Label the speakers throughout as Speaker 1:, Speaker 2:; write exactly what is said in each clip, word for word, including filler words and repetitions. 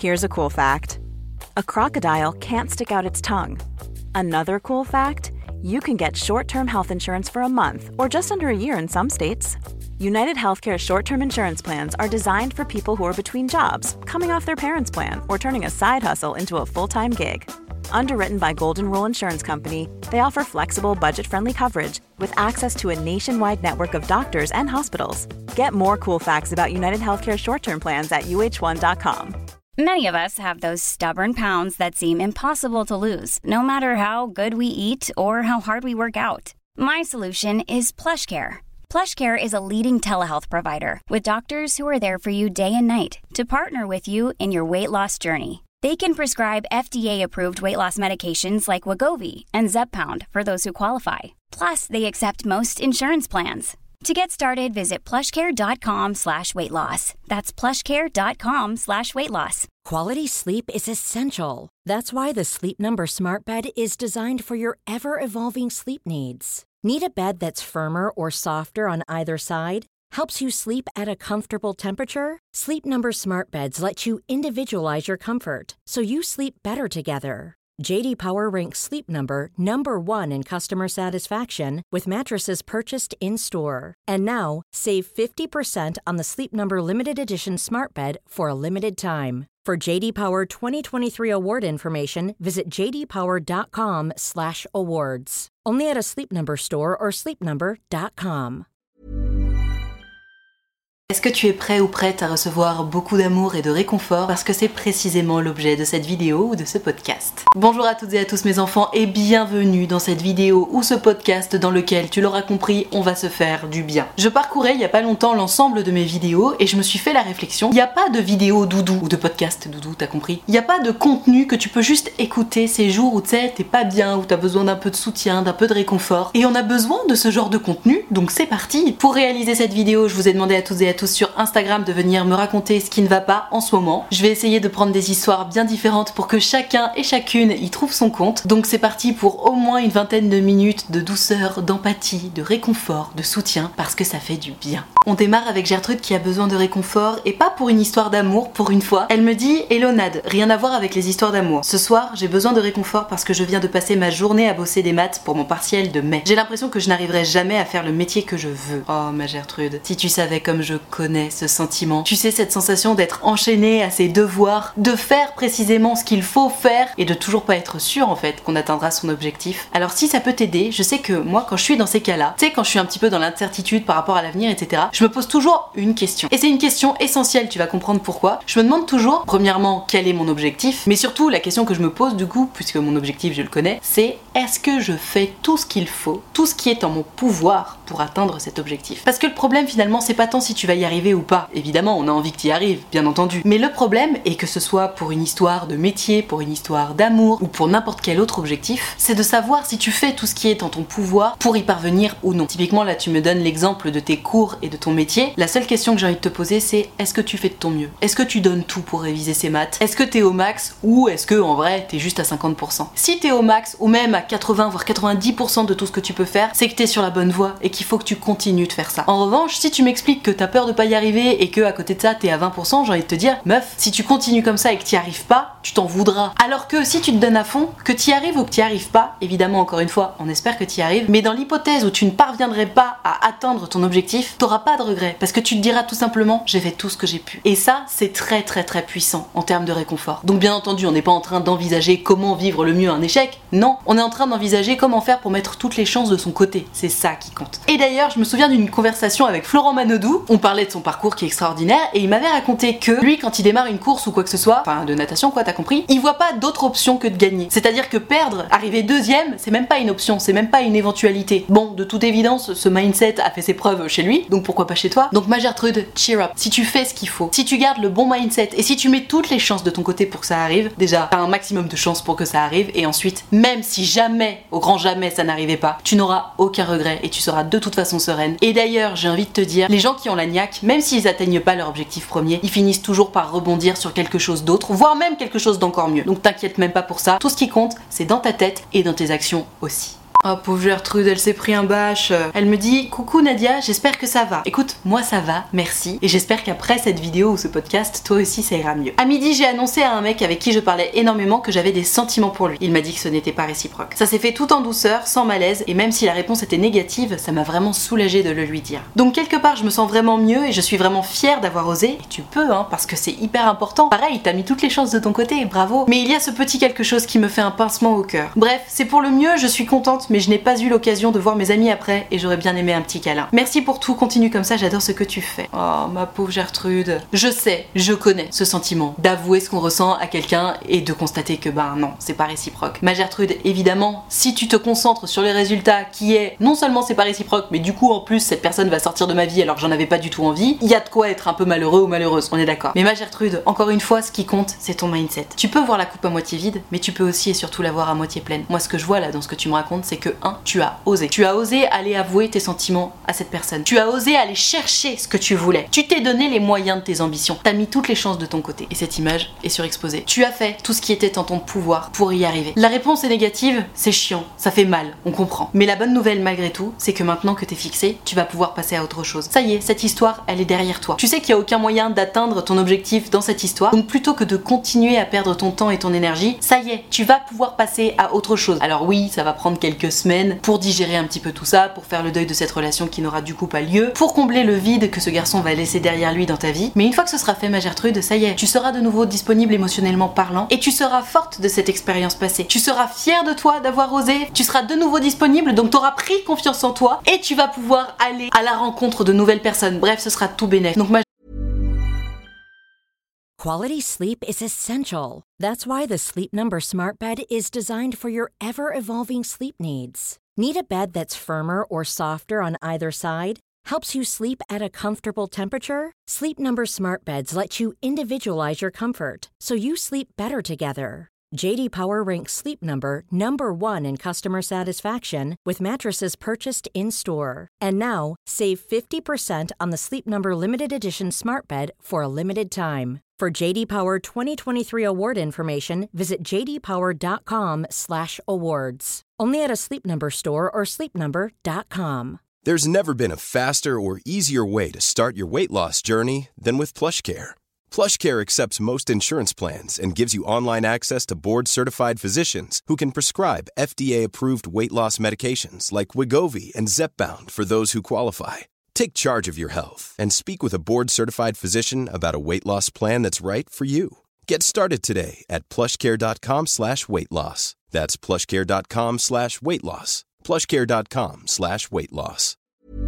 Speaker 1: Here's a cool fact. A crocodile can't stick out its tongue. Another cool fact, you can get short-term health insurance for a month or just under a year in some states. United Healthcare short-term insurance plans are designed for people who are between jobs, coming off their parents' plan, or turning a side hustle into a full-time gig. Underwritten by Golden Rule Insurance Company, they offer flexible, budget-friendly coverage with access to a nationwide network of doctors and hospitals. Get more cool facts about United Healthcare short-term plans at U H one dot com.
Speaker 2: Many of us have those stubborn pounds that seem impossible to lose, no matter how good we eat or how hard we work out. My solution is PlushCare. PlushCare is a leading telehealth provider with doctors who are there for you day and night to partner with you in your weight loss journey. They can prescribe F D A-approved weight loss medications like Wegovy and Zepbound for those who qualify. Plus, they accept most insurance plans. To get started, visit plushcare.com slash weight loss. That's plushcare.com slash weight loss.
Speaker 3: Quality sleep is essential. That's why the Sleep Number Smart Bed is designed for your ever-evolving sleep needs. Need a bed that's firmer or softer on either side? Helps you sleep at a comfortable temperature? Sleep Number Smart Beds let you individualize your comfort, so you sleep better together. J D Power ranks Sleep Number number one in customer satisfaction with mattresses purchased in-store. And now, save fifty percent on the Sleep Number Limited Edition Smart Bed for a limited time. For J D Power twenty twenty-three award information, visit j d power dot com slash awards. Only at a Sleep Number store or sleep number dot com.
Speaker 4: Est-ce que tu es prêt ou prête à recevoir beaucoup d'amour et de réconfort parce que c'est précisément l'objet de cette vidéo ou de ce podcast. Bonjour à toutes et à tous mes enfants et bienvenue dans cette vidéo ou ce podcast dans lequel, tu l'auras compris, on va se faire du bien. Je parcourais il y a pas longtemps l'ensemble de mes vidéos et je me suis fait la réflexion, il n'y a pas de vidéo doudou ou de podcast doudou, t'as compris? Il n'y a pas de contenu que tu peux juste écouter ces jours où tu sais, t'es pas bien, où t'as besoin d'un peu de soutien, d'un peu de réconfort. Et on a besoin de ce genre de contenu, donc c'est parti. Pour réaliser cette vidéo, je vous ai demandé à toutes et à tous sur Instagram de venir me raconter ce qui ne va pas en ce moment. Je vais essayer de prendre des histoires bien différentes pour que chacun et chacune y trouve son compte. Donc c'est parti pour au moins une vingtaine de minutes de douceur, d'empathie, de réconfort, de soutien, parce que ça fait du bien. On démarre avec Gertrude qui a besoin de réconfort et pas pour une histoire d'amour, pour une fois. Elle me dit « Hello Nad, rien à voir avec les histoires d'amour. Ce soir, j'ai besoin de réconfort parce que je viens de passer ma journée à bosser des maths pour mon partiel de mai. J'ai l'impression que je n'arriverai jamais à faire le métier que je veux. » Oh ma Gertrude, si tu savais comme je connais ce sentiment. Tu sais, cette sensation d'être enchaîné à ses devoirs, de faire précisément ce qu'il faut faire et de toujours pas être sûr en fait qu'on atteindra son objectif. Alors si ça peut t'aider, je sais que moi quand je suis dans ces cas-là, tu sais quand je suis un petit peu dans l'incertitude par rapport à l'avenir, et cetera, je me pose toujours une question. Et c'est une question essentielle, tu vas comprendre pourquoi. Je me demande toujours, premièrement, quel est mon objectif, mais surtout la question que je me pose du coup, puisque mon objectif je le connais, c'est est-ce que je fais tout ce qu'il faut, tout ce qui est en mon pouvoir pour atteindre cet objectif. Parce que le problème finalement c'est pas tant si tu vas y arriver ou pas. Évidemment, on a envie que tu y arrives, bien entendu. Mais le problème, et que ce soit pour une histoire de métier, pour une histoire d'amour, ou pour n'importe quel autre objectif, c'est de savoir si tu fais tout ce qui est en ton pouvoir pour y parvenir ou non. Typiquement, là, tu me donnes l'exemple de tes cours et de ton métier. La seule question que j'ai envie de te poser, c'est est-ce que tu fais de ton mieux? Est-ce que tu donnes tout pour réviser ces maths? Est-ce que t'es au max ou est-ce que, en vrai, t'es juste à cinquante pour cent? Si t'es au max, ou même à quatre-vingts voire quatre-vingt-dix pour cent de tout ce que tu peux faire, c'est que t'es sur la bonne voie et qu'il faut que tu continues de faire ça. En revanche, si tu m'expliques que t'as peur de pas y arriver et que à côté de ça t'es à vingt pour cent, j'ai envie de te dire meuf, si tu continues comme ça et que t'y arrives pas, tu t'en voudras. Alors que si tu te donnes à fond, que t'y arrives ou que t'y arrives pas, évidemment encore une fois on espère que t'y arrives, mais dans l'hypothèse où tu ne parviendrais pas à atteindre ton objectif, t'auras pas de regrets parce que tu te diras tout simplement j'ai fait tout ce que j'ai pu. Et ça c'est très très très puissant en termes de réconfort. Donc bien entendu on n'est pas en train d'envisager comment vivre le mieux un échec, non, on est en train d'envisager comment faire pour mettre toutes les chances de son côté, c'est ça qui compte. Et d'ailleurs je me souviens d'une conversation avec Florent Manodou, on parlait de son parcours qui est extraordinaire et il m'avait raconté que lui quand il démarre une course ou quoi que ce soit, enfin de natation quoi, t'as compris, il voit pas d'autre option que de gagner. C'est-à-dire que perdre, arriver deuxième, c'est même pas une option, c'est même pas une éventualité. Bon, de toute évidence, ce mindset a fait ses preuves chez lui, donc pourquoi pas chez toi. Donc ma Gertrude, cheer up. Si tu fais ce qu'il faut, si tu gardes le bon mindset et si tu mets toutes les chances de ton côté pour que ça arrive, déjà t'as un maximum de chances pour que ça arrive et ensuite, même si jamais, au grand jamais ça n'arrivait pas, tu n'auras aucun regret et tu seras de toute façon sereine. Et d'ailleurs, j'ai envie de te dire, les gens qui ont la niaque, même s'ils atteignent pas leur objectif premier, ils finissent toujours par rebondir sur quelque chose d'autre, voire même quelque chose d'encore mieux. Donc t'inquiète même pas pour ça, tout ce qui compte, c'est dans ta tête et dans tes actions aussi. Oh pauvre Gertrude, elle s'est pris un bâche. Elle me dit coucou Nadia, j'espère que ça va. Écoute, moi ça va, merci. Et j'espère qu'après cette vidéo ou ce podcast, toi aussi ça ira mieux. À midi, j'ai annoncé à un mec avec qui je parlais énormément que j'avais des sentiments pour lui. Il m'a dit que ce n'était pas réciproque. Ça s'est fait tout en douceur, sans malaise, et même si la réponse était négative, ça m'a vraiment soulagée de le lui dire. Donc quelque part, je me sens vraiment mieux et je suis vraiment fière d'avoir osé. Et tu peux, hein, parce que c'est hyper important. Pareil, t'as mis toutes les chances de ton côté, bravo. Mais il y a ce petit quelque chose qui me fait un pincement au cœur. Bref, c'est pour le mieux, je suis contente, mais je n'ai pas eu l'occasion de voir mes amis après et j'aurais bien aimé un petit câlin. Merci pour tout, continue comme ça, j'adore ce que tu fais. Oh, ma pauvre Gertrude. Je sais, je connais ce sentiment d'avouer ce qu'on ressent à quelqu'un et de constater que ben non, c'est pas réciproque. Ma Gertrude, évidemment, si tu te concentres sur les résultats qui est non seulement c'est pas réciproque, mais du coup en plus cette personne va sortir de ma vie alors que j'en avais pas du tout envie, il y a de quoi être un peu malheureux ou malheureuse, on est d'accord. Mais ma Gertrude, encore une fois, ce qui compte, c'est ton mindset. Tu peux voir la coupe à moitié vide, mais tu peux aussi et surtout la voir à moitié pleine. Moi, ce que je vois là dans ce que tu me racontes, c'est que un, tu as osé. Tu as osé aller avouer tes sentiments à cette personne. Tu as osé aller chercher ce que tu voulais. Tu t'es donné les moyens de tes ambitions. T'as mis toutes les chances de ton côté. Et cette image est surexposée. Tu as fait tout ce qui était en ton pouvoir pour y arriver. La réponse est négative, c'est chiant, ça fait mal, on comprend. Mais la bonne nouvelle malgré tout, c'est que maintenant que t'es fixé, tu vas pouvoir passer à autre chose. Ça y est, cette histoire, elle est derrière toi. Tu sais qu'il n'y a aucun moyen d'atteindre ton objectif dans cette histoire. Donc plutôt que de continuer à perdre ton temps et ton énergie, ça y est, tu vas pouvoir passer à autre chose. Alors oui, ça va prendre quelques semaines pour digérer un petit peu tout ça, pour faire le deuil de cette relation qui n'aura du coup pas lieu, pour combler le vide que ce garçon va laisser derrière lui dans ta vie. Mais une fois que ce sera fait, ma Gertrude, ça y est, tu seras de nouveau disponible émotionnellement parlant et tu seras forte de cette expérience passée. Tu seras fière de toi d'avoir osé, tu seras de nouveau disponible, donc tu auras pris confiance en toi et tu vas pouvoir aller à la rencontre de nouvelles personnes. Bref, ce sera tout bénef. Donc ma
Speaker 3: Quality sleep is essential. That's why the Sleep Number Smart Bed is designed for your ever-evolving sleep needs. Need a bed that's firmer or softer on either side? Helps you sleep at a comfortable temperature? Sleep Number Smart Beds let you individualize your comfort, so you sleep better together. J D Power ranks Sleep Number number one in customer satisfaction with mattresses purchased in-store. And now, save fifty percent on the Sleep Number Limited Edition Smart Bed for a limited time. For J D Power twenty twenty-three award information, visit j d power dot com slash awards. Only at a Sleep Number store or sleep number dot com.
Speaker 5: There's never been a faster or easier way to start your weight loss journey than with PlushCare. PlushCare accepts most insurance plans and gives you online access to board-certified physicians who can prescribe F D A-approved weight loss medications like Wegovy and Zepbound for those who qualify. Take charge of your health and speak with a board-certified physician about a weight loss plan that's right for you. Get started today at plushcare.com slash weight loss. That's plushcare.com slash weight loss. plushcare.com slash weight loss.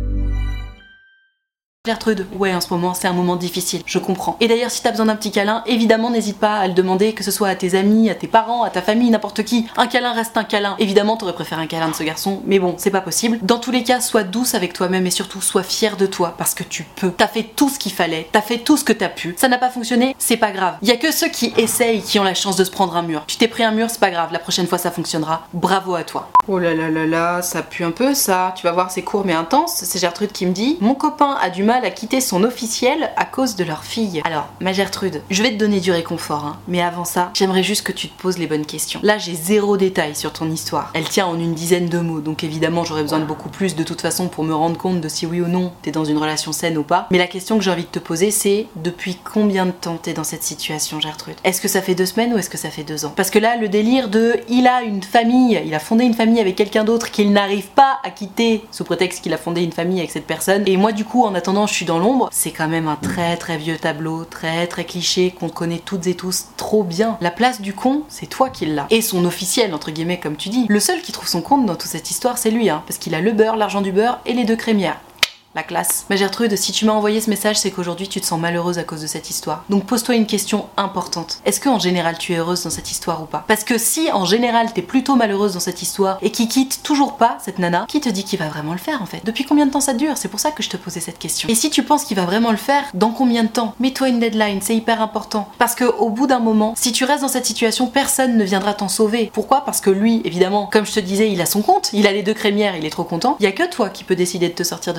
Speaker 4: Gertrude, ouais, en ce moment, c'est un moment difficile, je comprends. Et d'ailleurs, si t'as besoin d'un petit câlin, évidemment, n'hésite pas à le demander, que ce soit à tes amis, à tes parents, à ta famille, n'importe qui. Un câlin reste un câlin. Évidemment, t'aurais préféré un câlin de ce garçon, mais bon, c'est pas possible. Dans tous les cas, sois douce avec toi-même et surtout, sois fière de toi, parce que tu peux. T'as fait tout ce qu'il fallait, t'as fait tout ce que t'as pu. Ça n'a pas fonctionné, c'est pas grave. Il y a que ceux qui essayent qui ont la chance de se prendre un mur. Tu t'es pris un mur, c'est pas grave, la prochaine fois ça fonctionnera. Bravo à toi. Oh là là là là, ça pue un peu ça. Tu vas voir, c'est court mais intense. C'est Gertrude qui me dit: mon copain a du mal à quitter son officiel à cause de leur fille. Alors, ma Gertrude, je vais te donner du réconfort, hein, mais avant ça, j'aimerais juste que tu te poses les bonnes questions. Là, j'ai zéro détail sur ton histoire. Elle tient en une dizaine de mots, donc évidemment, j'aurais besoin de beaucoup plus de toute façon pour me rendre compte de si oui ou non t'es dans une relation saine ou pas. Mais la question que j'ai envie de te poser, c'est depuis combien de temps t'es dans cette situation, Gertrude? Est-ce que ça fait deux semaines ou est-ce que ça fait deux ans? Parce que là, le délire de il a une famille, il a fondé une famille avec quelqu'un d'autre qu'il n'arrive pas à quitter sous prétexte qu'il a fondé une famille avec cette personne, et moi du coup, en attendant, je suis dans l'ombre. C'est quand même un très très vieux tableau, très très cliché, qu'on connaît toutes et tous trop bien. La place du con, c'est toi qui l'as. Et son officiel, entre guillemets, comme tu dis. Le seul qui trouve son compte dans toute cette histoire, c'est lui, hein, parce qu'il a le beurre, l'argent du beurre et les deux crémières. La classe. Ma Gertrude, si tu m'as envoyé ce message, c'est qu'aujourd'hui tu te sens malheureuse à cause de cette histoire. Donc pose-toi une question importante. Est-ce que en général tu es heureuse dans cette histoire ou pas? Parce que si en général t'es plutôt malheureuse dans cette histoire et qu'il quitte toujours pas cette nana, qui te dit qu'il va vraiment le faire en fait? Depuis combien de temps ça dure? C'est pour ça que je te posais cette question. Et si tu penses qu'il va vraiment le faire, dans combien de temps? Mets-toi une deadline, c'est hyper important. Parce que au bout d'un moment, si tu restes dans cette situation, personne ne viendra t'en sauver. Pourquoi? Parce que lui, évidemment, comme je te disais, il a son compte, il a les deux crémières, il est trop content. Il y a que toi qui peux décider de te sortir de cette situation.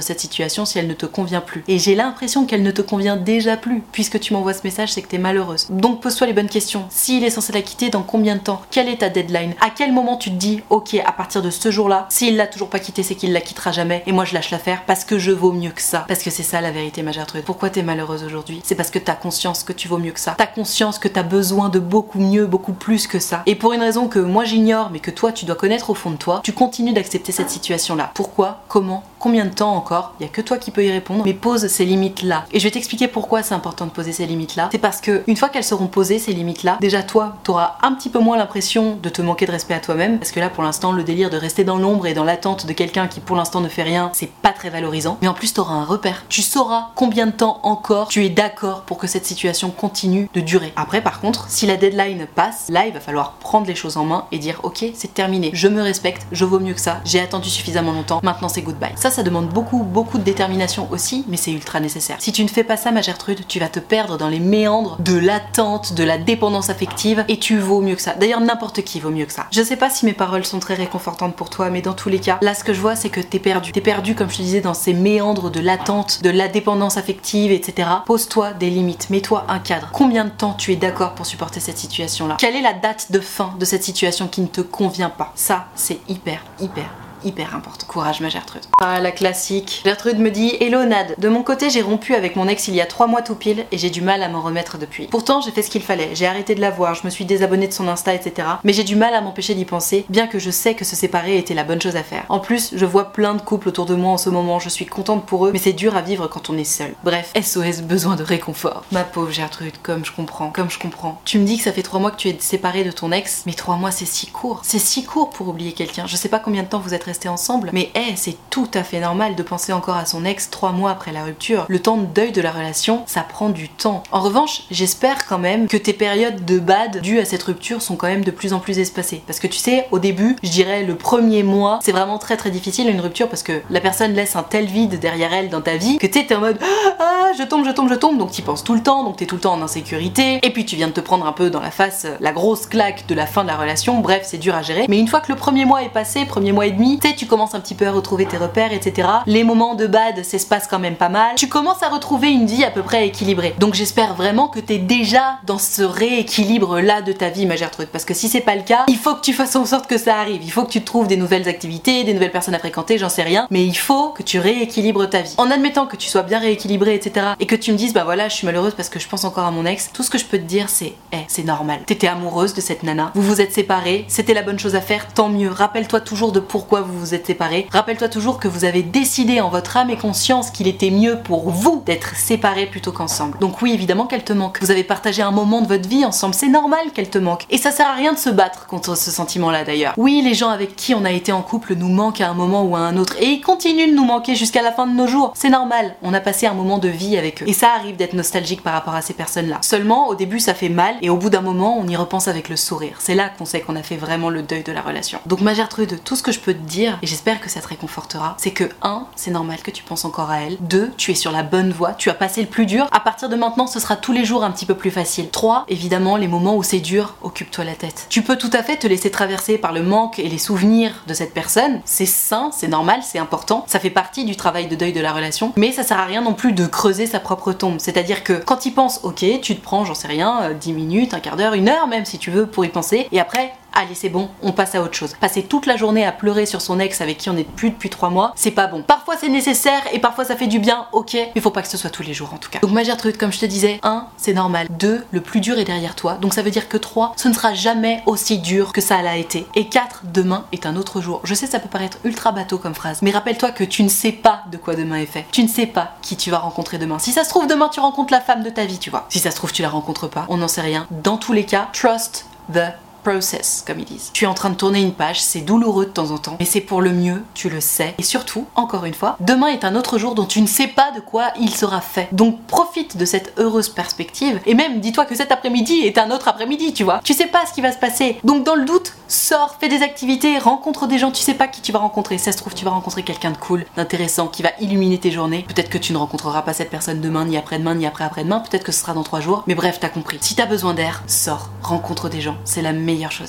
Speaker 4: situation si elle ne te convient plus. Et j'ai l'impression qu'elle ne te convient déjà plus. Puisque tu m'envoies ce message, c'est que t'es malheureuse. Donc pose-toi les bonnes questions. S'il est censé la quitter, dans combien de temps? Quelle est ta deadline? À quel moment tu te dis, ok, à partir de ce jour-là, s'il l'a toujours pas quittée, c'est qu'il la quittera jamais. Et moi je lâche l'affaire parce que je vaux mieux que ça. Parce que c'est ça la vérité, ma Gertrude. Pourquoi t'es malheureuse aujourd'hui? C'est parce que t'as conscience que tu vaux mieux que ça. T'as conscience que t'as besoin de beaucoup mieux, beaucoup plus que ça. Et pour une raison que moi j'ignore, mais que toi tu dois connaître au fond de toi, tu continues d'accepter cette situation-là. Pourquoi? Comment? Combien de temps encore? Il y a que toi qui peux y répondre. Mais pose ces limites-là. Et je vais t'expliquer pourquoi c'est important de poser ces limites-là. C'est parce que une fois qu'elles seront posées, ces limites-là, déjà toi, t'auras un petit peu moins l'impression de te manquer de respect à toi-même. Parce que là, pour l'instant, le délire de rester dans l'ombre et dans l'attente de quelqu'un qui pour l'instant ne fait rien, c'est pas très valorisant. Mais en plus, t'auras un repère. Tu sauras combien de temps encore tu es d'accord pour que cette situation continue de durer. Après, par contre, si la deadline passe, là, il va falloir prendre les choses en main et dire ok, c'est terminé. Je me respecte, je vaux mieux que ça. J'ai attendu suffisamment longtemps. Maintenant, c'est goodbye. Ça, ça demande beaucoup, beaucoup de détermination aussi, mais c'est ultra nécessaire. Si tu ne fais pas ça, ma Gertrude, tu vas te perdre dans les méandres de l'attente, de la dépendance affective, et tu vaux mieux que ça. D'ailleurs, n'importe qui vaut mieux que ça. Je sais pas si mes paroles sont très réconfortantes pour toi, mais dans tous les cas, là, ce que je vois, c'est que t'es perdu. T'es perdu, comme je te disais, dans ces méandres de l'attente, de la dépendance affective, et cetera. Pose-toi des limites, mets-toi un cadre. Combien de temps tu es d'accord pour supporter cette situation-là? Quelle est la date de fin de cette situation qui ne te convient pas? Ça, c'est hyper, hyper hyper important. Courage, ma Gertrude. Ah, la classique. Gertrude me dit: Hello Nad, de mon côté j'ai rompu avec mon ex il y a trois mois tout pile et j'ai du mal à m'en remettre depuis. Pourtant j'ai fait ce qu'il fallait, j'ai arrêté de la voir, je me suis désabonnée de son Insta, et cetera. Mais j'ai du mal à m'empêcher d'y penser, bien que je sais que se séparer était la bonne chose à faire. En plus, je vois plein de couples autour de moi en ce moment, je suis contente pour eux, mais c'est dur à vivre quand on est seul. Bref, S O S, besoin de réconfort. Ma pauvre Gertrude, comme je comprends, comme je comprends. Tu me dis que ça fait trois mois que tu es séparée de ton ex, mais trois mois c'est si court. C'est si court pour oublier quelqu'un. Je sais pas combien de temps vous êtes restés ensemble, mais hey, c'est tout à fait normal de penser encore à son ex trois mois après la rupture. Le temps de deuil de la relation, ça prend du temps. En revanche, j'espère quand même que tes périodes de bad dues à cette rupture sont quand même de plus en plus espacées. Parce que tu sais, au début, je dirais le premier mois, c'est vraiment très très difficile une rupture parce que la personne laisse un tel vide derrière elle dans ta vie que tu sais, t'es en mode ah, je tombe, je tombe, je tombe, donc t'y penses tout le temps, donc t'es tout le temps en insécurité, et puis tu viens de te prendre un peu dans la face la grosse claque de la fin de la relation, bref, c'est dur à gérer. Mais une fois que le premier mois est passé, premier mois et demi, tu sais, tu commences un petit peu à retrouver tes repères, et cetera. Les moments de bad s'espacent quand même pas mal. Tu commences à retrouver une vie à peu près équilibrée. Donc j'espère vraiment que t'es déjà dans ce rééquilibre-là de ta vie, ma Gertrude. Parce que si c'est pas le cas, il faut que tu fasses en sorte que ça arrive. Il faut que tu trouves des nouvelles activités, des nouvelles personnes à fréquenter, j'en sais rien. Mais il faut que tu rééquilibres ta vie. En admettant que tu sois bien rééquilibré, et cetera. Et que tu me dises, bah voilà, je suis malheureuse parce que je pense encore à mon ex. Tout ce que je peux te dire, c'est, eh, hey, c'est normal. T'étais amoureuse de cette nana. Vous vous êtes séparés. C'était la bonne chose à faire. Tant mieux. Rappelle-toi toujours de pourquoi vous vous êtes séparés. Rappelle-toi toujours que vous avez décidé en votre âme et conscience qu'il était mieux pour vous d'être séparés plutôt qu'ensemble. Donc oui, évidemment qu'elle te manque. Vous avez partagé un moment de votre vie ensemble. C'est normal qu'elle te manque. Et ça sert à rien de se battre contre ce sentiment-là d'ailleurs. Oui, les gens avec qui on a été en couple nous manquent à un moment ou à un autre. Et ils continuent de nous manquer jusqu'à la fin de nos jours. C'est normal. On a passé un moment de vie avec eux. Et ça arrive d'être nostalgique par rapport à ces personnes-là. Seulement, au début, ça fait mal. Et au bout d'un moment, on y repense avec le sourire. C'est là qu'on sait qu'on a fait vraiment le deuil de la relation. Donc ma Gertrude, tout ce que je peux te dire, et j'espère que ça te réconfortera, c'est que un, c'est normal que tu penses encore à elle. deux, tu es sur la bonne voie. Tu as passé le plus dur. À partir de maintenant, ce sera tous les jours un petit peu plus facile. trois, évidemment, les moments où c'est dur, occupe-toi la tête. Tu peux tout à fait te laisser traverser par le manque et les souvenirs de cette personne. C'est sain, c'est normal, c'est important. Ça fait partie du travail de deuil de la relation. Mais ça sert à rien non plus de creuser sa propre tombe. C'est-à-dire que quand tu y penses, ok, tu te prends, j'en sais rien, dix minutes, un quart d'heure, une heure même si tu veux pour y penser. Et après, allez, c'est bon, on passe à autre chose. Passer toute la journée à pleurer sur son ex avec qui on est plus depuis trois mois, c'est pas bon. Parfois c'est nécessaire et parfois ça fait du bien, ok, mais faut pas que ce soit tous les jours en tout cas. Donc ma Gertrude, comme je te disais, un, c'est normal. deux, le plus dur est derrière toi. Donc ça veut dire que trois, ce ne sera jamais aussi dur que ça l'a été. Et quatre, demain est un autre jour. Je sais, ça peut paraître ultra bateau comme phrase, mais rappelle-toi que tu ne sais pas de quoi demain est fait. Tu ne sais pas qui tu vas rencontrer demain. Si ça se trouve, demain tu rencontres la femme de ta vie, tu vois. Si ça se trouve, tu la rencontres pas, on n'en sait rien. Dans tous les cas, trust the process, comme ils disent. Tu es en train de tourner une page, c'est douloureux de temps en temps, mais c'est pour le mieux, tu le sais. Et surtout, encore une fois, demain est un autre jour dont tu ne sais pas de quoi il sera fait. Donc profite de cette heureuse perspective, et même dis-toi que cet après-midi est un autre après-midi, tu vois. Tu sais pas ce qui va se passer. Donc dans le doute, sors, fais des activités, rencontre des gens, tu sais pas qui tu vas rencontrer. Ça se trouve, tu vas rencontrer quelqu'un de cool, d'intéressant, qui va illuminer tes journées. Peut-être que tu ne rencontreras pas cette personne demain, ni après-demain, ni après-après-demain, peut-être que ce sera dans trois jours, mais bref, t'as compris. Si t'as besoin d'air, sors, rencontre des gens, c'est la meilleure chose à faire.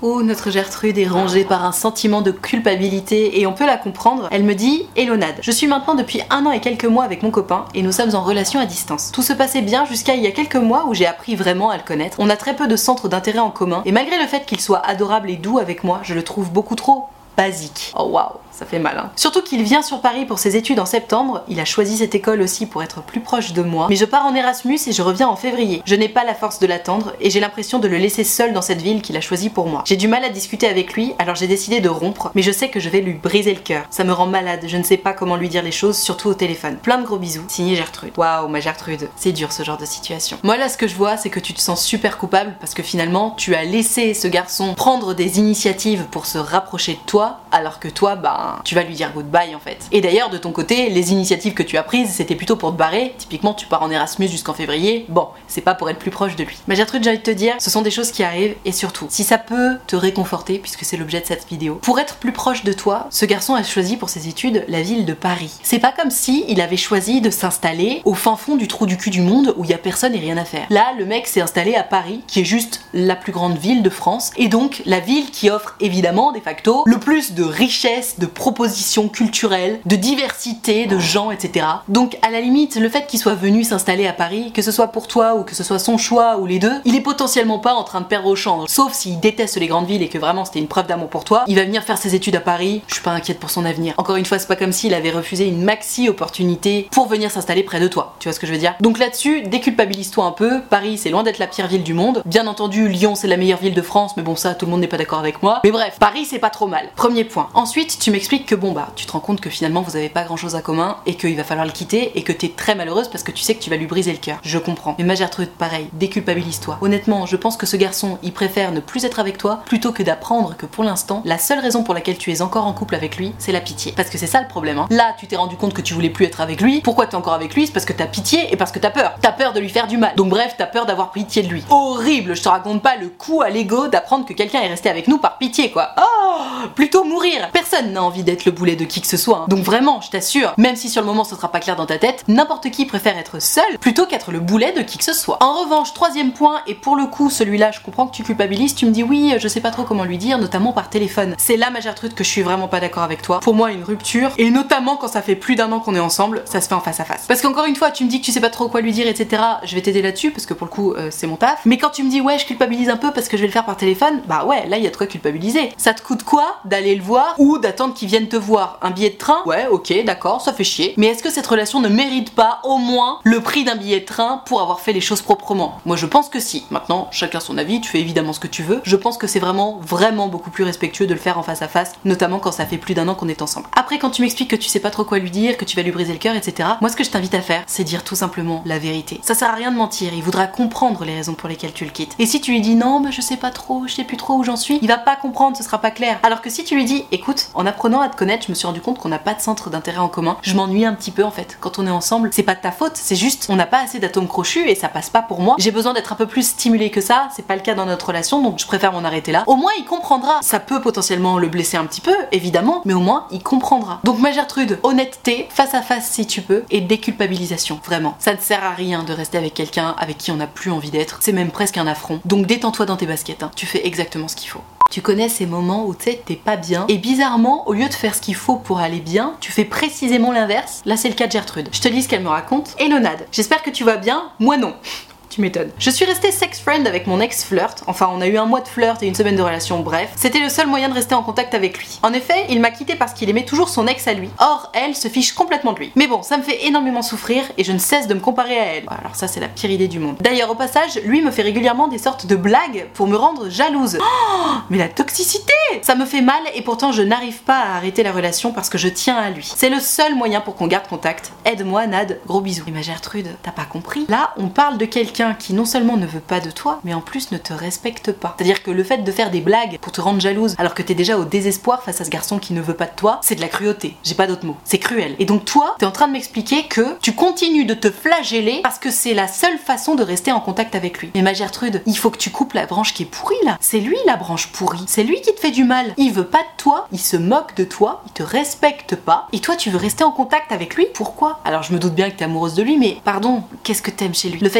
Speaker 4: Oh, notre Gertrude est rongée par un sentiment de culpabilité et on peut la comprendre. Elle me dit « Hello Nad, je suis maintenant depuis un an et quelques mois avec mon copain et nous sommes en relation à distance. Tout se passait bien jusqu'à il y a quelques mois où j'ai appris vraiment à le connaître. On a très peu de centres d'intérêt en commun et malgré le fait qu'il soit adorable et doux avec moi, je le trouve beaucoup trop basique. Oh waouh, ça fait mal hein. Surtout qu'il vient sur Paris pour ses études en septembre, il a choisi cette école aussi pour être plus proche de moi, mais je pars en Erasmus et je reviens en février. Je n'ai pas la force de l'attendre et j'ai l'impression de le laisser seul dans cette ville qu'il a choisie pour moi. J'ai du mal à discuter avec lui, alors j'ai décidé de rompre, mais je sais que je vais lui briser le cœur. Ça me rend malade, je ne sais pas comment lui dire les choses, surtout au téléphone. Plein de gros bisous, signé Gertrude. Waouh, ma Gertrude, c'est dur ce genre de situation. Moi là ce que je vois c'est que tu te sens super coupable parce que finalement tu as laissé ce garçon prendre des initiatives pour se rapprocher de toi, alors que toi, bah, tu vas lui dire goodbye en fait. Et d'ailleurs, de ton côté, les initiatives que tu as prises, c'était plutôt pour te barrer. Typiquement, tu pars en Erasmus jusqu'en février. Bon, c'est pas pour être plus proche de lui. Mais Gertrude, j'ai envie de te dire, ce sont des choses qui arrivent et surtout, si ça peut te réconforter, puisque c'est l'objet de cette vidéo, pour être plus proche de toi, ce garçon a choisi pour ses études la ville de Paris. C'est pas comme si il avait choisi de s'installer au fin fond du trou du cul du monde où il y a personne et rien à faire. Là, le mec s'est installé à Paris, qui est juste la plus grande ville de France, et donc la ville qui offre évidemment, de facto, le plus de richesse, de propositions culturelles, de diversité, de gens, et cetera. Donc à la limite, le fait qu'il soit venu s'installer à Paris, que ce soit pour toi ou que ce soit son choix ou les deux, il est potentiellement pas en train de perdre au change. Sauf s'il déteste les grandes villes et que vraiment c'était une preuve d'amour pour toi, il va venir faire ses études à Paris, je suis pas inquiète pour son avenir. Encore une fois, c'est pas comme s'il avait refusé une maxi opportunité pour venir s'installer près de toi. Tu vois ce que je veux dire? Donc là-dessus, déculpabilise-toi un peu. Paris, c'est loin d'être la pire ville du monde. Bien entendu, Lyon, c'est la meilleure ville de France, mais bon, ça, tout le monde n'est pas d'accord avec moi. Mais bref, Paris, c'est pas trop mal. Premier point. Ensuite, tu m'expliques que bon bah, tu te rends compte que finalement vous avez pas grand chose à commun et qu'il va falloir le quitter et que t'es très malheureuse parce que tu sais que tu vas lui briser le cœur. Je comprends. Mais ma Gertrude, pareil, déculpabilise-toi. Honnêtement, je pense que ce garçon, il préfère ne plus être avec toi plutôt que d'apprendre que pour l'instant, la seule raison pour laquelle tu es encore en couple avec lui, c'est la pitié. Parce que c'est ça le problème, hein. Là, tu t'es rendu compte que tu voulais plus être avec lui. Pourquoi t'es encore avec lui? C'est parce que t'as pitié et parce que t'as peur. T'as peur de lui faire du mal. Donc bref, t'as peur d'avoir pitié de lui. Horrible, je te raconte pas le coup à l'ego d'apprendre que quelqu'un est resté avec nous par pitié, quoi. Oh, plutôt mourir. Personne n'a envie d'être le boulet de qui que ce soit, hein. Donc vraiment, je t'assure, même si sur le moment ce sera pas clair dans ta tête, n'importe qui préfère être seul plutôt qu'être le boulet de qui que ce soit. En revanche, troisième point, et pour le coup celui-là je comprends que tu culpabilises, tu me dis oui, je sais pas trop comment lui dire, notamment par téléphone. C'est là, ma Gertrude, que je suis vraiment pas d'accord avec toi. Pour moi, une rupture, et notamment quand ça fait plus d'un an qu'on est ensemble, ça se fait en face à face. Parce qu'encore une fois, tu me dis que tu sais pas trop quoi lui dire, et cetera. Je vais t'aider là-dessus parce que pour le coup euh, c'est mon taf. Mais quand tu me dis ouais, je culpabilise un peu parce que je vais le faire par téléphone, bah ouais, là il y a de quoi culpabiliser. Ça te coûte quoi d'aller le voir ou d'attendre qu'il vienne te voir? Un billet de train? Ouais, ok, d'accord, ça fait chier. Mais est-ce que cette relation ne mérite pas au moins le prix d'un billet de train pour avoir fait les choses proprement? Moi je pense que si. Maintenant, chacun son avis, tu fais évidemment ce que tu veux. Je pense que c'est vraiment, vraiment beaucoup plus respectueux de le faire en face à face, notamment quand ça fait plus d'un an qu'on est ensemble. Après, quand tu m'expliques que tu sais pas trop quoi lui dire, que tu vas lui briser le cœur, et cetera. Moi ce que je t'invite à faire, c'est dire tout simplement la vérité. Ça sert à rien de mentir, il voudra comprendre les raisons pour lesquelles tu le quittes. Et si tu lui dis non, bah je sais pas trop, je sais plus trop où j'en suis, il va pas comprendre, ce sera pas clair. Alors que si tu lui dis, écoute, en apprenant à te connaître, je me suis rendu compte qu'on n'a pas de centre d'intérêt en commun. Je m'ennuie un petit peu en fait. Quand on est ensemble, c'est pas de ta faute, c'est juste on n'a pas assez d'atomes crochus et ça passe pas pour moi. J'ai besoin d'être un peu plus stimulée que ça, c'est pas le cas dans notre relation, donc je préfère m'en arrêter là. Au moins il comprendra. Ça peut potentiellement le blesser un petit peu, évidemment, mais au moins il comprendra. Donc ma Gertrude, honnêteté, face à face si tu peux, et déculpabilisation, vraiment. Ça ne sert à rien de rester avec quelqu'un avec qui on n'a plus envie d'être. C'est même presque un affront. Donc détends-toi dans tes baskets, hein. Tu fais exactement ce qu'il faut. Tu connais ces moments où tu sais t'es pas bien et bizarrement au lieu de faire ce qu'il faut pour aller bien, tu fais précisément l'inverse. Là c'est le cas de Gertrude. Je te lis ce qu'elle me raconte. Hello Nad, j'espère que tu vas bien. Moi non. Tu m'étonnes. Je suis restée sex friend avec mon ex-flirt, enfin on a eu un mois de flirt et une semaine de relation, bref. C'était le seul moyen de rester en contact avec lui. En effet, il m'a quitté parce qu'il aimait toujours son ex à lui. Or, elle se fiche complètement de lui. Mais bon, ça me fait énormément souffrir et je ne cesse de me comparer à elle. Alors ça c'est la pire idée du monde. D'ailleurs au passage, lui me fait régulièrement des sortes de blagues pour me rendre jalouse. Oh, mais la toxicité! Ça me fait mal et pourtant je n'arrive pas à arrêter la relation parce que je tiens à lui. C'est le seul moyen pour qu'on garde contact. Aide-moi Nad, gros bisous. Et ma Gertrude, t'as pas compris? Là, on parle de quelqu'un qui non seulement ne veut pas de toi, mais en plus ne te respecte pas. C'est-à-dire que le fait de faire des blagues pour te rendre jalouse, alors que t'es déjà au désespoir face à ce garçon qui ne veut pas de toi, c'est de la cruauté. J'ai pas d'autre mot. C'est cruel. Et donc toi, t'es en train de m'expliquer que tu continues de te flageller parce que c'est la seule façon de rester en contact avec lui. Mais ma Gertrude, il faut que tu coupes la branche qui est pourrie là. C'est lui la branche pourrie. C'est lui qui te fait du mal. Il veut pas de toi, il se moque de toi, il te respecte pas, et toi tu veux rester en contact avec lui? Pourquoi? Alors je me doute bien que t'es amoureuse de lui, mais pardon, qu'est-ce que t'aimes chez lui? Le fait qu'il te manque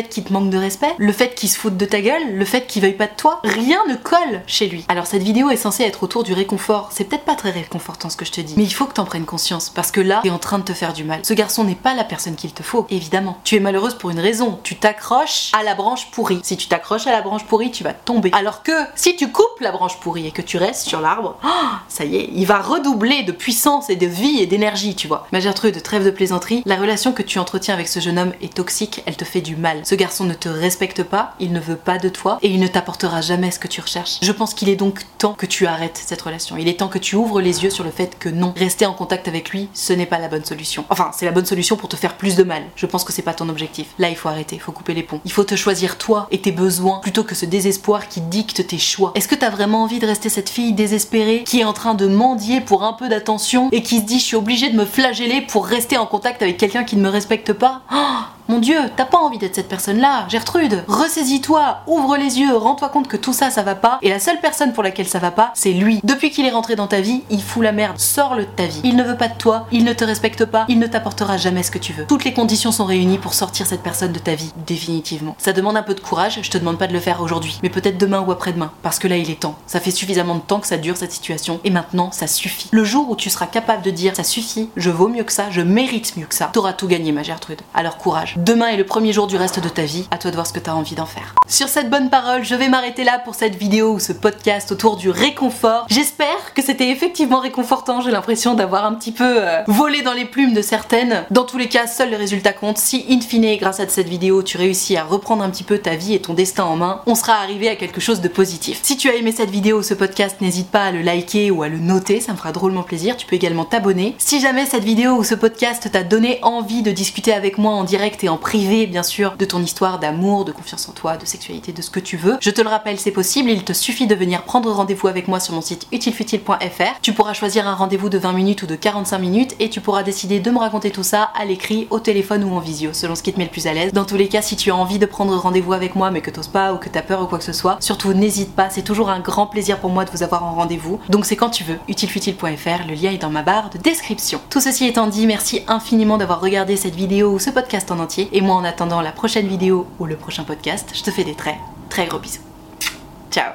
Speaker 4: de respect, le fait qu'il se foute de ta gueule, le fait qu'il veuille pas de toi, rien ne colle chez lui. Alors cette vidéo est censée être autour du réconfort, c'est peut-être pas très réconfortant ce que je te dis, mais il faut que t'en prennes conscience, parce que là, t'es en train de te faire du mal. Ce garçon n'est pas la personne qu'il te faut, évidemment. Tu es malheureuse pour une raison, tu t'accroches à la branche pourrie. Si tu t'accroches à la branche pourrie, tu vas tomber. Alors que, si tu coupes la branche pourrie et que tu restes sur l'arbre, oh, ça y est, il va redoubler de puissance et de vie et d'énergie, tu vois. Ma Gertrude, trêve de plaisanterie, la relation que tu entretiens avec ce jeune homme est toxique, elle te fait du mal. Ce garçon ne te respecte pas, il ne veut pas de toi et il ne t'apportera jamais ce que tu recherches. Je pense qu'il est donc temps que tu arrêtes cette relation. Il est temps que tu ouvres les yeux sur le fait que non, rester en contact avec lui, ce n'est pas la bonne solution. Enfin, c'est la bonne solution pour te faire plus de mal. Je pense que c'est pas ton objectif. Là, il faut arrêter, il faut couper les ponts. Il faut te choisir toi et tes besoins plutôt que ce désespoir qui dicte tes choix. Est-ce que t'as vraiment envie de rester cette fille désespérée qui est en train de mendier pour un peu d'attention et qui se dit je suis obligée de me flageller pour rester en contact avec quelqu'un qui ne me respecte pas? Oh, mon Dieu, t'as pas envie d'être cette personne-là, Gertrude. Ressaisis-toi, ouvre les yeux, rends-toi compte que tout ça, ça va pas. Et la seule personne pour laquelle ça va pas, c'est lui. Depuis qu'il est rentré dans ta vie, il fout la merde. Sors-le de ta vie. Il ne veut pas de toi, il ne te respecte pas, il ne t'apportera jamais ce que tu veux. Toutes les conditions sont réunies pour sortir cette personne de ta vie, définitivement. Ça demande un peu de courage, je te demande pas de le faire aujourd'hui, mais peut-être demain ou après-demain. Parce que là, il est temps. Ça fait suffisamment de temps que ça dure cette situation, et maintenant, ça suffit. Le jour où tu seras capable de dire ça suffit, je vaux mieux que ça, je mérite mieux que ça, t'auras tout gagné, ma Gertrude. Alors courage. Demain est le premier jour du reste de ta vie, à toi de voir ce que t'as envie d'en faire. Sur cette bonne parole, je vais m'arrêter là pour cette vidéo ou ce podcast autour du réconfort. J'espère que c'était effectivement réconfortant, j'ai l'impression d'avoir un petit peu euh, volé dans les plumes de certaines. Dans tous les cas, seul le résultat compte. Si in fine, grâce à cette vidéo, tu réussis à reprendre un petit peu ta vie et ton destin en main, on sera arrivé à quelque chose de positif. Si tu as aimé cette vidéo ou ce podcast, n'hésite pas à le liker ou à le noter, ça me fera drôlement plaisir. Tu peux également t'abonner. Si jamais cette vidéo ou ce podcast t'a donné envie de discuter avec moi en direct et en privé, bien sûr, de ton histoire d'amour, de confiance en toi, de sexualité, de ce que tu veux, je te le rappelle, c'est possible, il te suffit de venir prendre rendez-vous avec moi sur mon site utilefutile point f r. Tu pourras choisir un rendez-vous de vingt minutes ou de quarante-cinq minutes et tu pourras décider de me raconter tout ça à l'écrit, au téléphone ou en visio, selon ce qui te met le plus à l'aise. Dans tous les cas, si tu as envie de prendre rendez-vous avec moi mais que t'oses pas ou que t'as peur ou quoi que ce soit, surtout n'hésite pas, c'est toujours un grand plaisir pour moi de vous avoir en rendez-vous. Donc c'est quand tu veux, utilefutile point f r, le lien est dans ma barre de description. Tout ceci étant dit, merci infiniment d'avoir regardé cette vidéo ou ce podcast en entier et moi en attendant la prochaine vidéo ou le prochain podcast, je te fais des très très gros bisous. Ciao.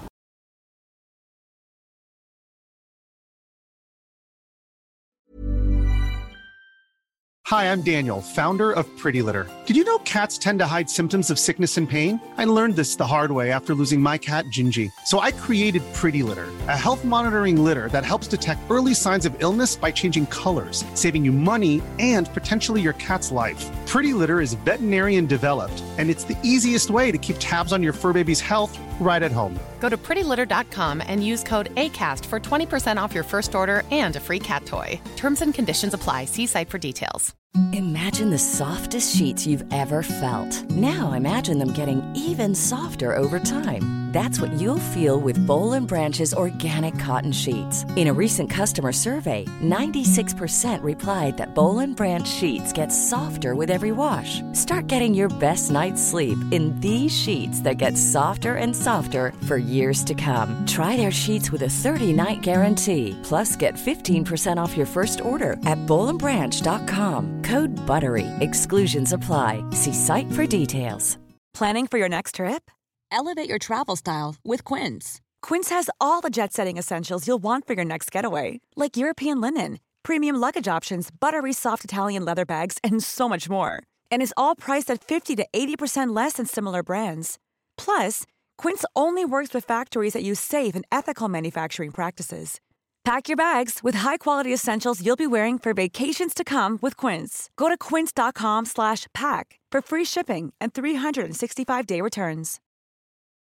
Speaker 6: Hi, I'm Daniel, founder of Pretty Litter. Did you know cats tend to hide symptoms of sickness and pain? I learned this the hard way after losing my cat, Gingy. So I created Pretty Litter, a health monitoring litter that helps detect early signs of illness by changing colors, saving you money and potentially your cat's life. Pretty Litter is veterinarian developed, and it's the easiest way to keep tabs on your fur baby's health right at home.
Speaker 7: Go to pretty litter dot com and use code ACAST for twenty percent off your first order and a free cat toy. Terms and conditions apply. See site for details.
Speaker 8: Imagine the softest sheets you've ever felt. Now imagine them getting even softer over time. That's what you'll feel with Boll and Branch's organic cotton sheets. In a recent customer survey, ninety-six percent replied that Boll and Branch sheets get softer with every wash. Start getting your best night's sleep in these sheets that get softer and softer for years to come. Try their sheets with a thirty-night guarantee. Plus, get fifteen percent off your first order at boll and branch dot com. Code BUTTERY. Exclusions apply. See site for details.
Speaker 9: Planning for your next trip?
Speaker 10: Elevate your travel style with Quince.
Speaker 9: Quince has all the jet-setting essentials you'll want for your next getaway, like European linen, premium luggage options, buttery soft Italian leather bags, and so much more. And is all priced at fifty to eighty percent less than similar brands. Plus, Quince only works with factories that use safe and ethical manufacturing practices. Pack your bags with high-quality essentials you'll be wearing for vacations to come with Quince. Go to quince dot com slash pack for free shipping and three sixty-five day returns.